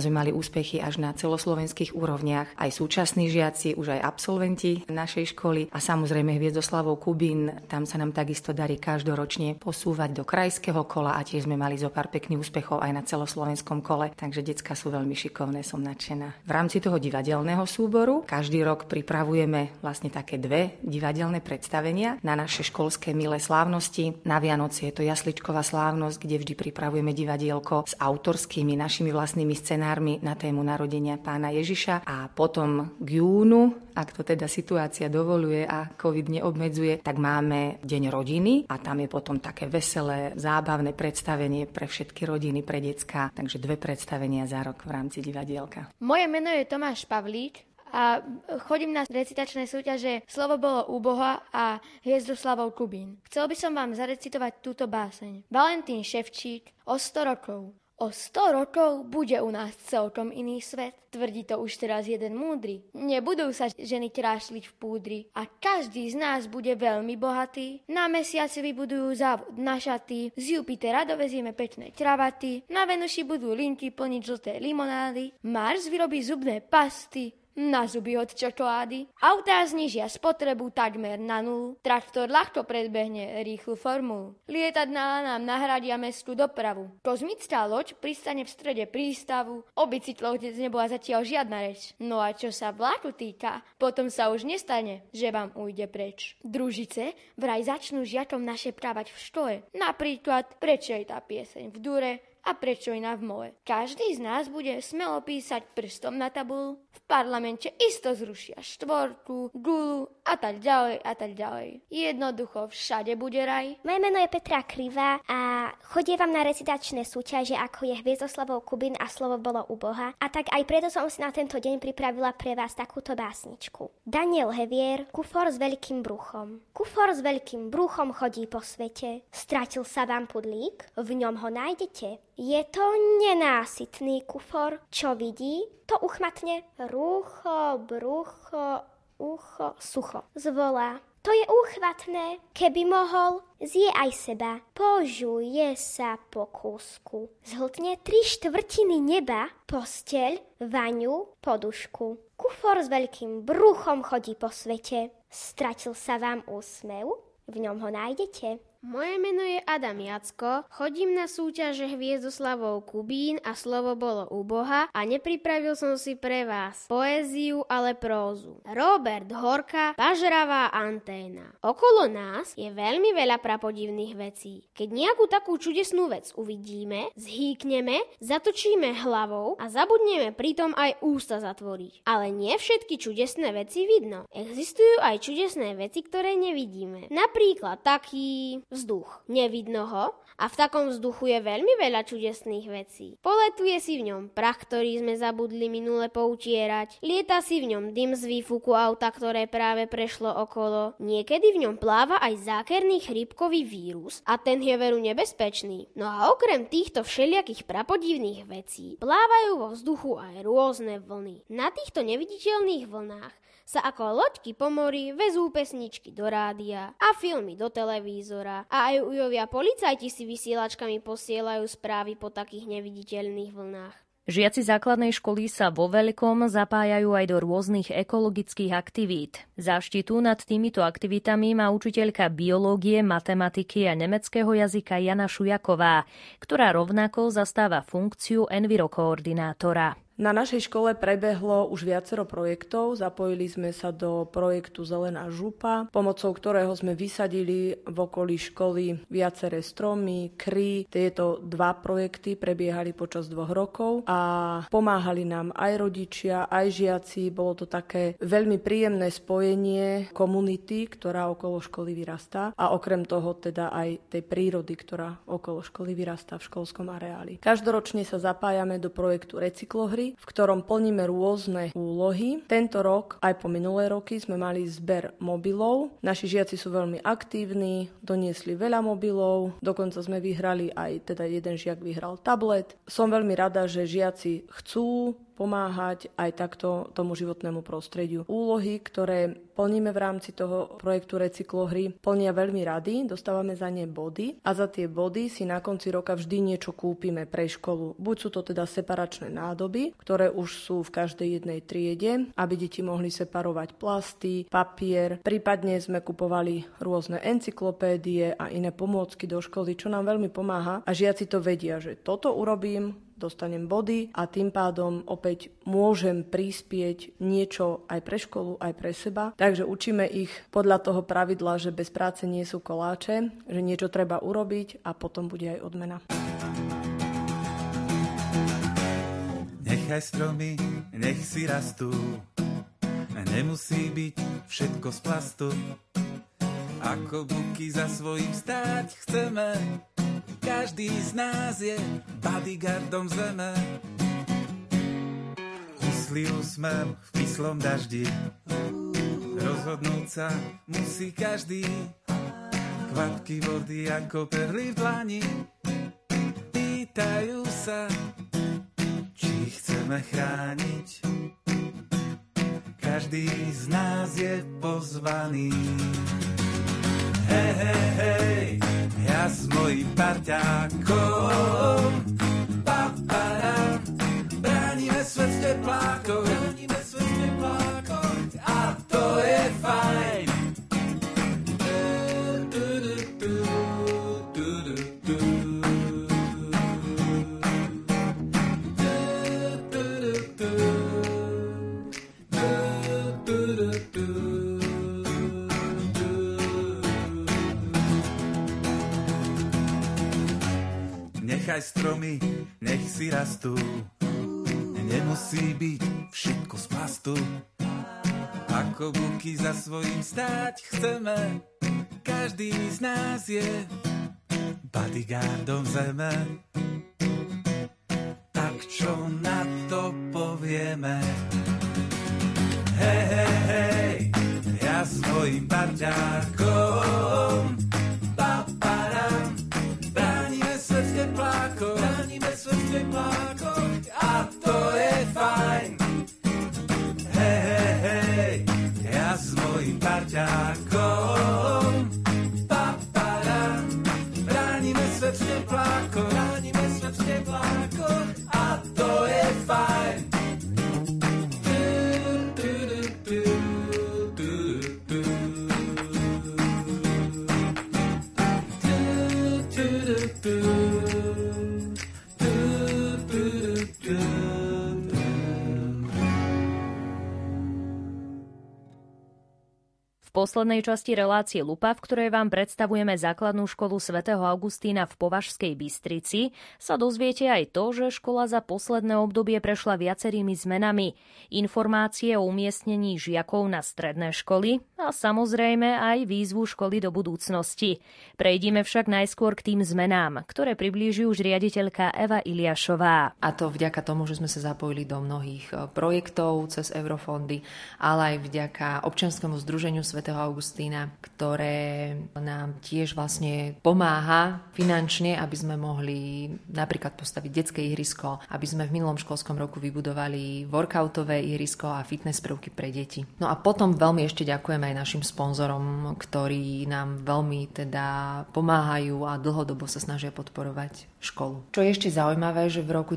sme mali úspechy až na celoslovenských úrovniach. Aj súčasní žiaci, už aj absolventi našej školy a samozrejme Hviezdoslavov Kubín, tam sa nám takisto darí každoročne posúvať do krajského kola a tiež sme mali zo pár pekných úspechov aj na celoslovenskom kole, takže decká sú veľmi šikovné, som nadšená. V rámci toho divadelného súboru každý rok pripravujeme vlastne také dve divadelné predstavenia na naše školské milé slávnosti. Na Vianoce je to jasličková slávnosť, kde vždy pripravujeme divadielko s autorskými našimi vlastnými scenármi na tému narodenia Pána Ježiša a potom k júnu, ak to teda situácia dovoluje a COVID neobmedzuje, tak máme Deň rodiny a tam je potom také veselé, zábavné predstavenie pre všetky rodiny, pre decká, takže dve predstavenia za rok v rámci divadielka. Moje meno je Tomáš Pavlík a chodím na recitačné súťaže Slovo bolo u Boha a Hviezdoslavov Kubín. Chcel by som vám zarecitovať túto báseň. Valentín Ševčík o sto rokov. O sto rokov bude u nás celkom iný svet. Tvrdí to už teraz jeden múdry. Nebudú sa ženy trášliť v púdri a každý z nás bude veľmi bohatý. Na mesiaci vybudujú závod na šaty, z Jupitera dovezieme pečné kravaty, na Venuši budú linky plniť žlté limonády, Mars vyrobí zubné pasty na zuby od čokolády. Autá znižia spotrebu takmer na nulu. Traktor ľahko predbehne rýchlu formulu. Lietadlá nám nahradia mestskú dopravu. Kozmická loď pristane v strede prístavu. O bicykloch dnes nebola zatiaľ žiadna reč. No a čo sa vláku týka, potom sa už nestane, že vám ujde preč. Družice vraj začnú žiakom našepkávať v škole. Napríklad, prečo je tá pieseň v dure a prečo iná v mole. Každý z nás bude smelo písať prstom na tabulu. V parlamente isto zrušia štvorku, gulu a tak ďalej a tak ďalej. Jednoducho všade bude raj. Moje meno je Petra Krivá a chodievam na recitačné súťaže, ako je Hviezdoslavov Kubín a Slovo bolo u Boha. A tak aj preto som si na tento deň pripravila pre vás takúto básničku. Daniel Hevier, kufor s veľkým bruchom. Kufor s veľkým bruchom chodí po svete. Stratil sa vám pudlík? V ňom ho nájdete. Je to nenásytný kufor, čo vidí, to uchmatne rúcho, brucho, ucho, sucho. Zvolá, to je úchvatné, keby mohol, zje aj seba, požuje sa po kúsku. Zhltne tri štvrtiny neba, posteľ, vaňu, podušku. Kufor s veľkým bruchom chodí po svete, stratil sa vám úsmev, v ňom ho nájdete. Moje meno je Adam Jacko, chodím na súťaže Hviezdoslavov Kubín a Slovo bolo u Boha a nepripravil som si pre vás poéziu, ale prózu. Robert Horka, Pažravá anténa. Okolo nás je veľmi veľa prapodivných vecí. Keď nejakú takú čudesnú vec uvidíme, zhýkneme, zatočíme hlavou a zabudneme pritom aj ústa zatvoriť. Ale nie všetky čudesné veci vidno. Existujú aj čudesné veci, ktoré nevidíme. Napríklad taký vzduch. Nevidno ho a v takom vzduchu je veľmi veľa čudesných vecí. Poletuje si v ňom prach, ktorý sme zabudli minule poutierať. Lieta si v ňom dym z výfuku auta, ktoré práve prešlo okolo. Niekedy v ňom pláva aj zákerný chrípkový vírus a ten je veru nebezpečný. No a okrem týchto všelijakých prapodivných vecí plávajú vo vzduchu aj rôzne vlny. Na týchto neviditeľných vlnách sa ako loďky po mori vezú pesničky do rádia a filmy do televízora a aj ujovia policajti si vysielačkami posielajú správy po takých neviditeľných vlnách. Žiaci základnej školy sa vo veľkom zapájajú aj do rôznych ekologických aktivít. Záštitu nad týmito aktivitami má učiteľka biológie, matematiky a nemeckého jazyka Jana Šujaková, ktorá rovnako zastáva funkciu envirokoordinátora. Na našej škole prebehlo už viacero projektov. Zapojili sme sa do projektu Zelená župa, pomocou ktorého sme vysadili v okolí školy viaceré stromy, kry. Tieto dva projekty prebiehali počas dvoch rokov a pomáhali nám aj rodičia, aj žiaci. Bolo to také veľmi príjemné spojenie komunity, ktorá okolo školy vyrastá a okrem toho teda aj tej prírody, ktorá okolo školy vyrastá v školskom areáli. Každoročne sa zapájame do projektu Recyklohry, v ktorom plníme rôzne úlohy. Tento rok, aj po minulé roky, sme mali zber mobilov. Naši žiaci sú veľmi aktívni, doniesli veľa mobilov, dokonca sme vyhrali aj, teda jeden žiak vyhral tablet. Som veľmi rada, že žiaci chcú pomáhať aj takto tomu životnému prostrediu. Úlohy, ktoré plníme v rámci toho projektu Recyklohry, plnia veľmi rady, dostávame za ne body a za tie body si na konci roka vždy niečo kúpime pre školu. Buď sú to teda separačné nádoby, ktoré už sú v každej jednej triede, aby deti mohli separovať plasty, papier. Prípadne sme kupovali rôzne encyklopédie a iné pomôcky do školy, čo nám veľmi pomáha a žiaci to vedia, že toto urobím, dostanem body a tým pádom opäť môžem prispieť niečo aj pre školu, aj pre seba. Takže učíme ich podľa toho pravidla, že bez práce nie sú koláče, že niečo treba urobiť a potom bude aj odmena. Nechaj stromy, nech si rastú, nemusí byť všetko z plastu. Ako buky za svojím stáť chceme, každý z nás je bodyguardom zeme. Kyslý úsmev v kyslom daždi, rozhodnúť sa musí každý. Kvapky vody ako perly v dlani, pýtajú sa, či chceme chrániť. Každý z nás je pozvaný. Hej, hej, hej, ja s mojím parťákom, paparam, bránime svet z teplákov, bránime svet z teplákov, a to je fajn. Nechaj stromy, nech si rastú, nemusí byť všetko z plastu. Ako buky za svojím stáť chceme, každý z nás je bodyguardom zeme. Tak čo na to povieme? Hej, hej, hej, ja s mojím parťákom, paparam, bránime svet v teplákoch, bránime svet v teplákoch, a to je fajn. Hej, hej, hej, ja s mojím parťákom, paparam, bránime svet v teplákoch, bránime svet v teplákoch, a to je fajn. V poslednej časti relácie Lupa, v ktorej vám predstavujeme základnú školu svätého Augustína v Považskej Bystrici, sa dozviete aj to, že škola za posledné obdobie prešla viacerými zmenami. Informácie o umiestnení žiakov na stredné školy a samozrejme aj výzvu školy do budúcnosti. Prejdime však najskôr k tým zmenám, ktoré priblíži už riaditeľka Eva Iliášová. A to vďaka tomu, že sme sa zapojili do mnohých projektov cez eurofondy, ale aj vďaka občianskemu združeniu svätého Augustína, ktoré nám tiež vlastne pomáha finančne, aby sme mohli napríklad postaviť detské ihrisko, aby sme v minulom školskom roku vybudovali workoutové ihrisko a fitness prvky pre deti. No a potom veľmi ešte ďakujeme aj našim sponzorom, ktorí nám veľmi teda pomáhajú a dlhodobo sa snažia podporovať školu. Čo je ešte zaujímavé, že v roku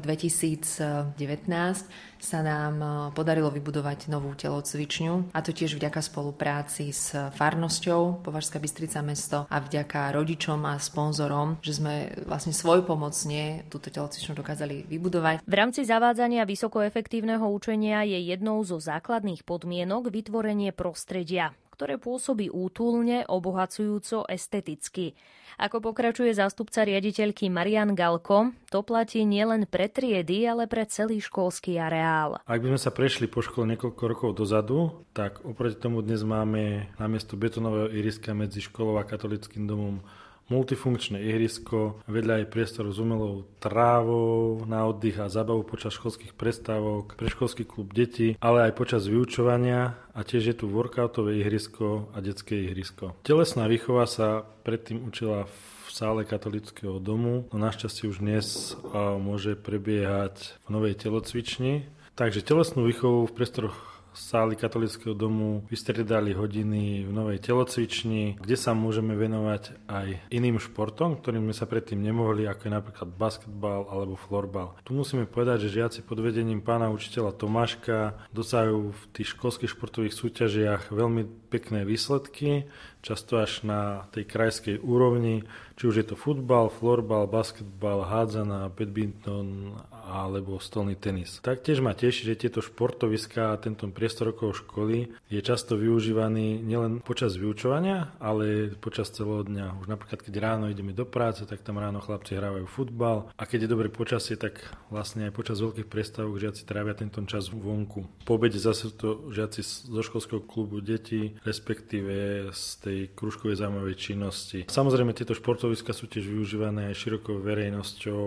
dvetisícdevätnásť sa nám podarilo vybudovať novú telocvičňu, a to tiež vďaka spolupráci s farnosťou Považská Bystrica mesto a vďaka rodičom a sponzorom, že sme vlastne svojpomocne túto telocvičňu dokázali vybudovať. V rámci zavádzania vysokoefektívneho učenia je jednou zo základných podmienok vytvorenie prostredia, ktoré pôsobí útulne, obohacujúco, esteticky. Ako pokračuje zástupca riaditeľky Marian Galko, to platí nielen pre triedy, ale pre celý školský areál. Ak by sme sa prešli po škole niekoľko rokov dozadu, tak oproti tomu dnes máme namiesto betónového ihriska medzi školou a katolíckym domom multifunkčné ihrisko, vedľa aj priestor s umelou trávou na oddych a zábavu počas školských prestávok, predškolský klub detí, ale aj počas vyučovania, a tiež je tu workoutové ihrisko a detské ihrisko. Telesná výchova sa predtým učila v sále katolického domu. No našťastie už dnes môže prebiehať v novej telocvični. Takže telesnú výchovu v priestoroch sály katolického domu vystriedali hodiny v novej telocvični, kde sa môžeme venovať aj iným športom, ktorým sme sa predtým nemohli, ako je napríklad basketbal alebo florbal. Tu musíme povedať, že žiaci pod vedením pána učiteľa Tomáška dosahujú v tých školských športových súťažiach veľmi pekné výsledky, často až na tej krajskej úrovni, či už je to futbal, florbal, basketbal, hádzana, badminton alebo stolný tenis. Taktiež ma teší, že tieto športoviská a tento priestor okolo školy je často využívaný nielen počas vyučovania, ale počas celého dňa. Už napríklad, keď ráno ideme do práce, tak tam ráno chlapci hrávajú futbal a keď je dobré počasie, tak vlastne aj počas veľkých prestávok žiaci trávia tento čas vonku. Po obede zase to žiaci zo školského klubu detí, respektíve z tej krúžkovej zaujímavej činnosti. Samozrejme, tieto športoviská sú tiež využívané aj širokou verejnosťou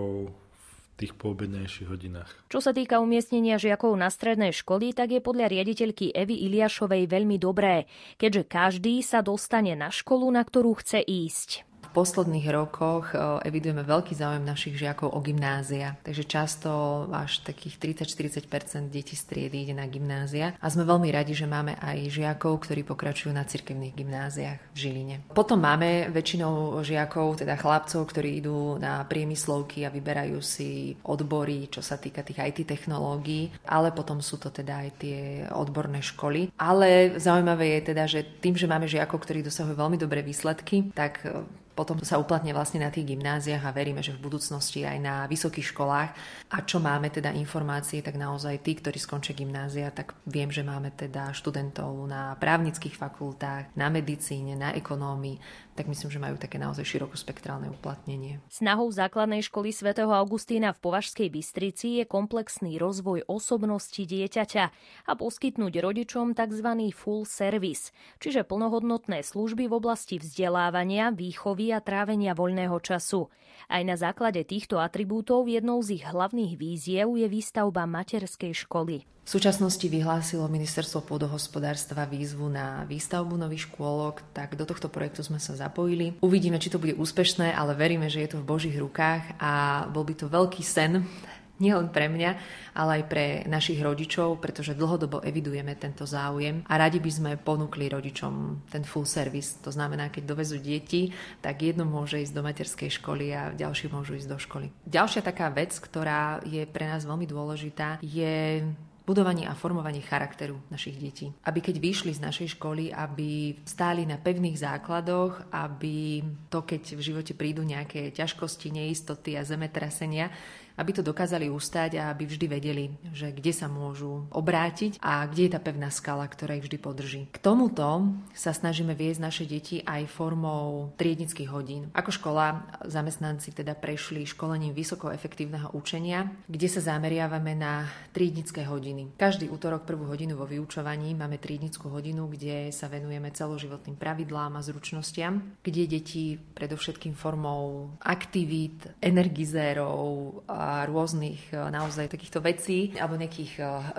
v tých poobednejších hodinách. Čo sa týka umiestnenia žiakov na strednej školy, tak je podľa riaditeľky Evy Iliášovej veľmi dobré, keďže každý sa dostane na školu, na ktorú chce ísť. V posledných rokoch evidujeme veľký záujem našich žiakov o gymnázia, takže často až takých tridsať až štyridsať percent detí z triedy ide na gymnázia a sme veľmi radi, že máme aj žiakov, ktorí pokračujú na cirkevných gymnáziách v Žiline. Potom máme väčšinou žiakov, teda chlapcov, ktorí idú na priemyslovky a vyberajú si odbory, čo sa týka tých í té technológií, ale potom sú to teda aj tie odborné školy. Ale zaujímavé je teda, že tým, že máme žiakov, ktorí dosahujú veľmi dobré výsledky, tak potom sa uplatne vlastne na tých gymnáziách a veríme, že v budúcnosti aj na vysokých školách. A čo máme teda informácie, tak naozaj tí, ktorí skončia gymnázia, tak viem, že máme teda študentov na právnických fakultách, na medicíne, na ekonómii, tak myslím, že majú také naozaj širokospektrálne uplatnenie. Snahou základnej školy svätého Augustína v Považskej Bystrici je komplexný rozvoj osobnosti dieťaťa a poskytnúť rodičom tzv. Full service, čiže plnohodnotné služby v oblasti vzdelávania, výchovy a trávenia voľného času. Aj na základe týchto atribútov jednou z ich hlavných víziev je výstavba materskej školy. V súčasnosti vyhlásilo Ministerstvo pôdohospodárstva výzvu na výstavbu nových škôlok, tak do tohto projektu sme sa zapojili. Uvidíme, či to bude úspešné, ale veríme, že je to v Božích rukách a bol by to veľký sen, nielen pre mňa, ale aj pre našich rodičov, pretože dlhodobo evidujeme tento záujem a radi by sme ponúkli rodičom ten full service. To znamená, keď dovezú deti, tak jedno môže ísť do materskej školy a ďalší môžu ísť do školy. Ďalšia taká vec, ktorá je pre nás veľmi dôležitá, je budovanie a formovanie charakteru našich detí. Aby keď vyšli z našej školy, aby stáli na pevných základoch, aby to, keď v živote prídu nejaké ťažkosti, neistoty a zemetrasenia, aby to dokázali ustáť a aby vždy vedeli, že kde sa môžu obrátiť a kde je tá pevná skala, ktorá ich vždy podrží. K tomuto sa snažíme viesť naše deti aj formou triednických hodín. Ako škola zamestnanci teda prešli školením vysokoefektívneho učenia, kde sa zameriavame na triednické hodiny. Každý útorok prvú hodinu vo vyučovaní máme triednickú hodinu, kde sa venujeme celoživotným pravidlám a zručnostiam, kde deti predovšetkým formou aktivít, energizérov a rôznych naozaj takýchto vecí alebo nejakých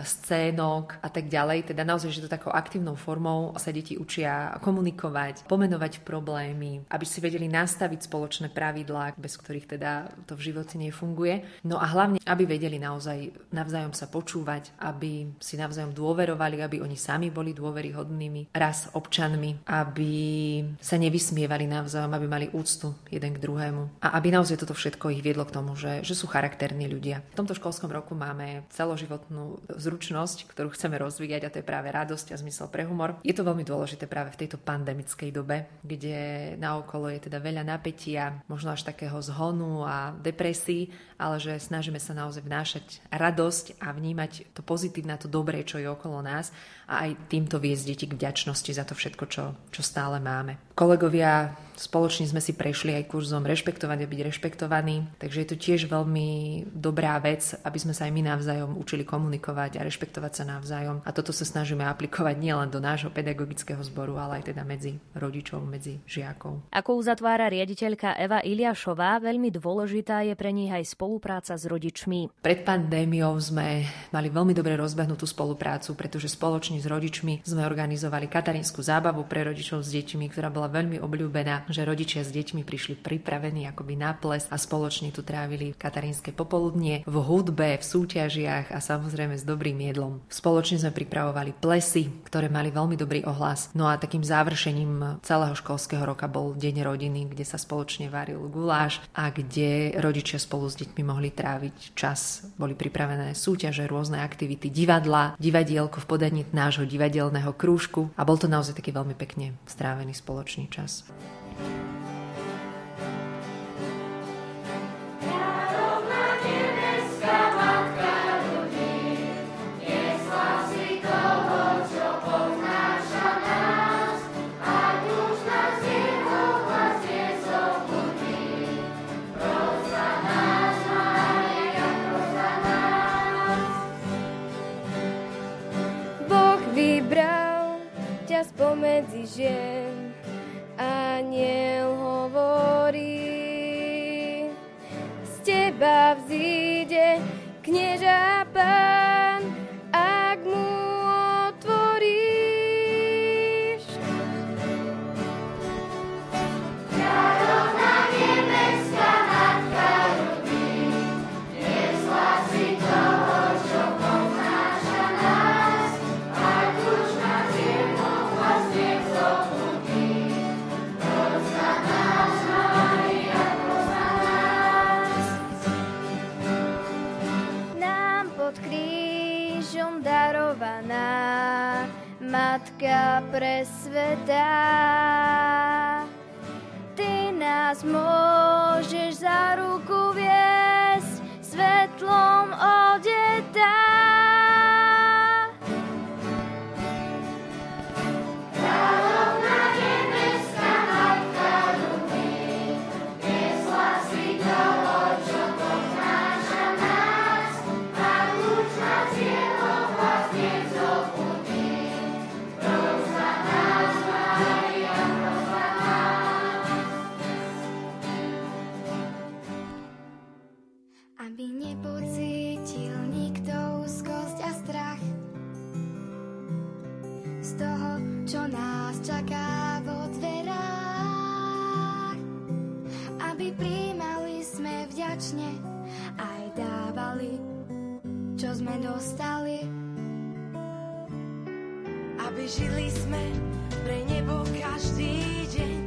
scénok a tak ďalej. Teda naozaj, že to takou aktívnou formou sa deti učia komunikovať, pomenovať problémy, aby si vedeli nastaviť spoločné pravidlá, bez ktorých teda to v živote nefunguje. No a hlavne, aby vedeli naozaj navzájom sa počúvať, aby si navzájom dôverovali, aby oni sami boli dôveryhodnými raz občanmi, aby sa nevysmievali navzájom, aby mali úctu jeden k druhému a aby naozaj toto všetko ich viedlo k tomu, že, že sú charakterní ľudia. V tomto školskom roku máme celoživotnú zručnosť, ktorú chceme rozvíjať a to je práve radosť a zmysel pre humor. Je to veľmi dôležité práve v tejto pandemickej dobe, kde naokolo je teda veľa napätia, možno až takého zhonu a depresí, ale že snažíme sa naozaj vnášať radosť a vnímať to pozitívne, to dobré, čo je okolo nás a aj týmto viesť deti k vďačnosti za to všetko, čo, čo stále máme. Kolegovia, spoločne sme si prešli aj kurzom rešpektovať a byť rešpektovaní, takže je to tiež veľmi dobrá vec, aby sme sa aj my navzájom učili komunikovať a rešpektovať sa navzájom. A toto sa snažíme aplikovať nielen do nášho pedagogického zboru, ale aj teda medzi rodičov, medzi žiakov. Ako uzatvára riaditeľka Eva Iliášová, veľmi dôležitá je pre nich aj spolupráca s rodičmi. Pred pandémiou sme mali veľmi dobre rozbehnutú spoluprácu, pretože spoločne s rodičmi sme organizovali katarínsku zábavu pre rodičov s deťmi, ktorá bola veľmi obľúbená. že rodičia s deťmi prišli pripravení akoby na ples a spoločne tu trávili katarínske popoludnie v hudbe, v súťažiach a samozrejme s dobrým jedlom. Spoločne sme pripravovali plesy, ktoré mali veľmi dobrý ohlas. No a takým završením celého školského roka bol Deň rodiny, kde sa spoločne varil guláš a kde rodičia spolu s deťmi mohli tráviť čas. Boli pripravené súťaže, rôzne aktivity, divadla, divadielko v podaní nášho divadelného krúžku a bol to naozaj taký veľmi pekne strávený spoločný čas. Spomedzi žien aniel hovorí, z teba vzíde knieža Pán, ak mu otvoríš. Kráľovná nebeská matka rodí, nesla si toho, čo poznáša nás, ak už nás jedno vlastne zobudí. Prosza nás, Mária, prosza nás. Nám pod krížom darovaná Matka presvetá, Ty nás môžeš za ruku viesť, svetlom odetá. Kráľovná nebeská matka ľudí, nesla si toho, čo poznáša nás, a už nás jeho vlastne zobudí. Prosza nás, Mária, prosza nás. Aby nepocítil nikto úzkosť a strach z toho, čo nás čaká vo dverách. Aby prijímali sme vďačne, aj dávali, čo sme dostali. Aby žili sme pre nebo každý deň,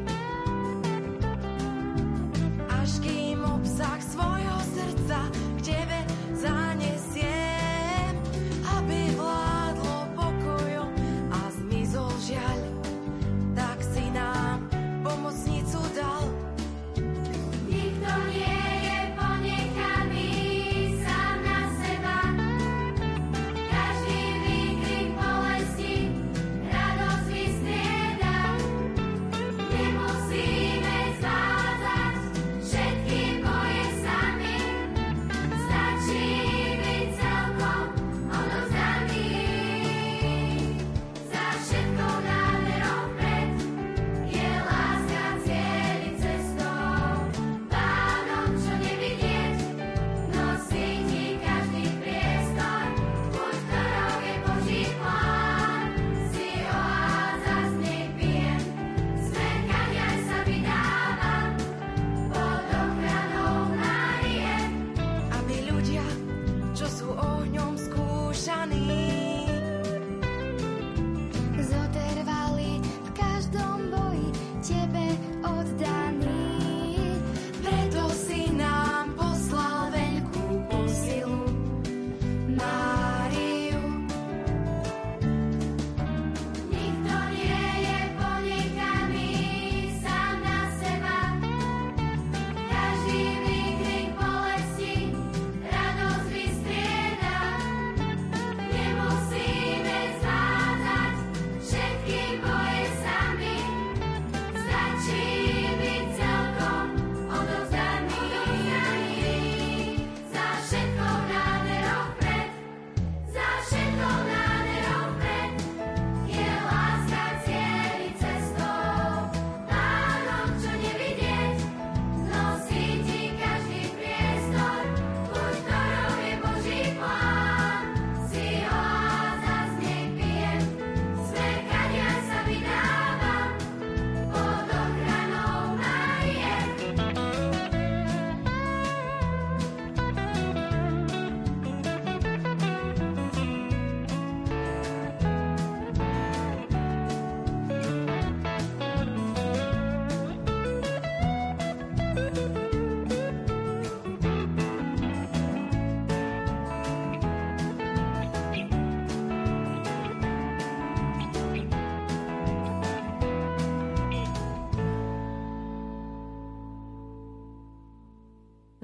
až kým obsah svojho srdca k Tebe zanesiem. Aby vládlo pokojom a zmizol žiaľ, tak si nám pomocnicu dal. Nikto nie je ponechaný sám na seba, každý výkrik bolesti radosť vystrieda. Nebo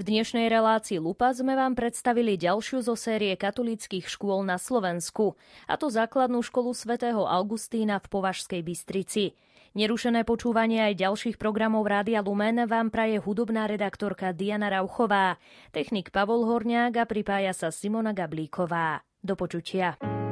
dnešnej relácii Lupa sme vám predstavili ďalšiu zo série katolíckych škôl na Slovensku, a to základnú školu svätého Augustína v Považskej Bystrici. Nerušené počúvanie aj ďalších programov Rádia Lumen vám praje hudobná redaktorka Diana Rauchová, technik Pavol Horňák a pripája sa Simona Gablíková. Do počutia.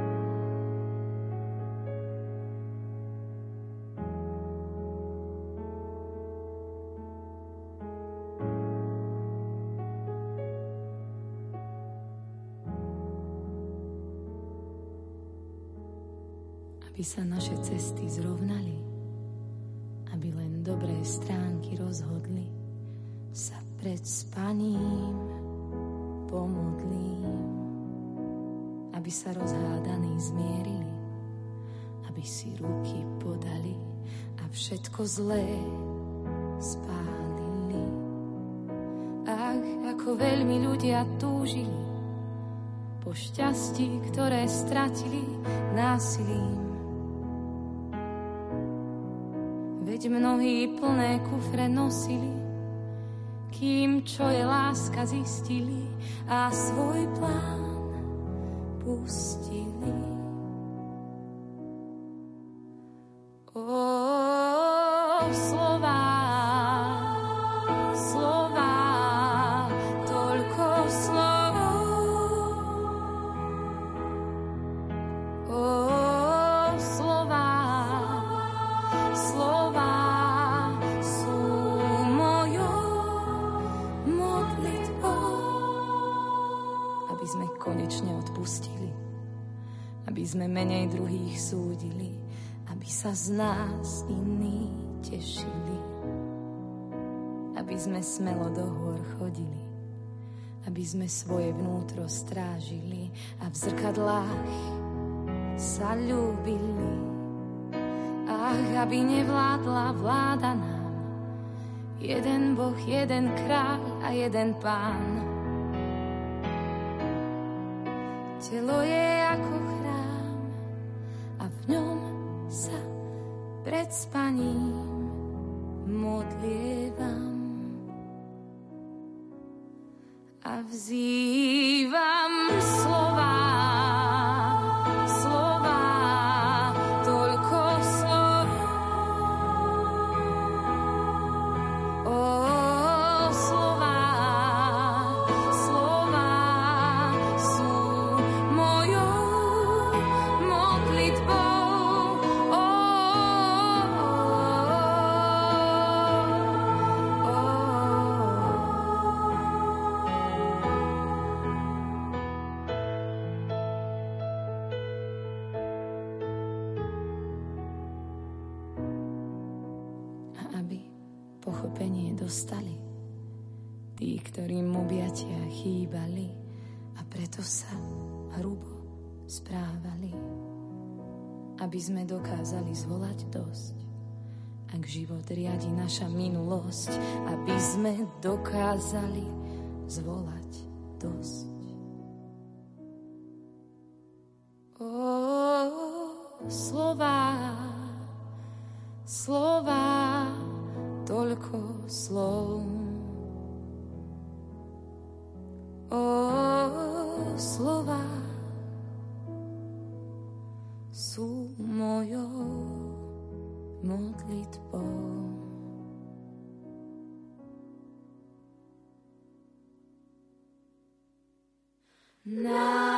Aby sa naše cesty zrovnali, aby len dobré stránky rozhodli, sa pred spaním pomodlím. Aby sa rozhádaní zmierili, aby si ruky podali a všetko zlé spálili. Ach, ako veľmi ľudia túžili po šťastí, ktoré stratili násilím. Veď mnohí plné kufre nosili, kým čo je láska zistili a svoj plán pustili. O, slová, slová, toľko slov. O, slová, slová sú mojou modlitbou, aby sme konečne odpustili, aby sme menej druhých súdili, aby sa z nás iní tešili, aby sme smelo do hôr chodili, aby sme svoje vnútro strážili a v zrkadlách sa ľúbili. Ach, aby nevládla vláda nám, jeden Boh, jeden kráľ a jeden pán. Telo je ako chrám a v ňom sa pred spaním modlievam a vzývam slová, slová, toľko slov. O, slová, slová sú mojou modlitbou. O, pochopenie dostali tí, ktorým objatia chýbali a preto sa hrubo správali. Aby sme dokázali zvolať dosť, ak život riadi naša minulosť, aby sme dokázali zvolať dosť. O, slová, slová, toľko slov. O, slova sú mojou modlitbou. Na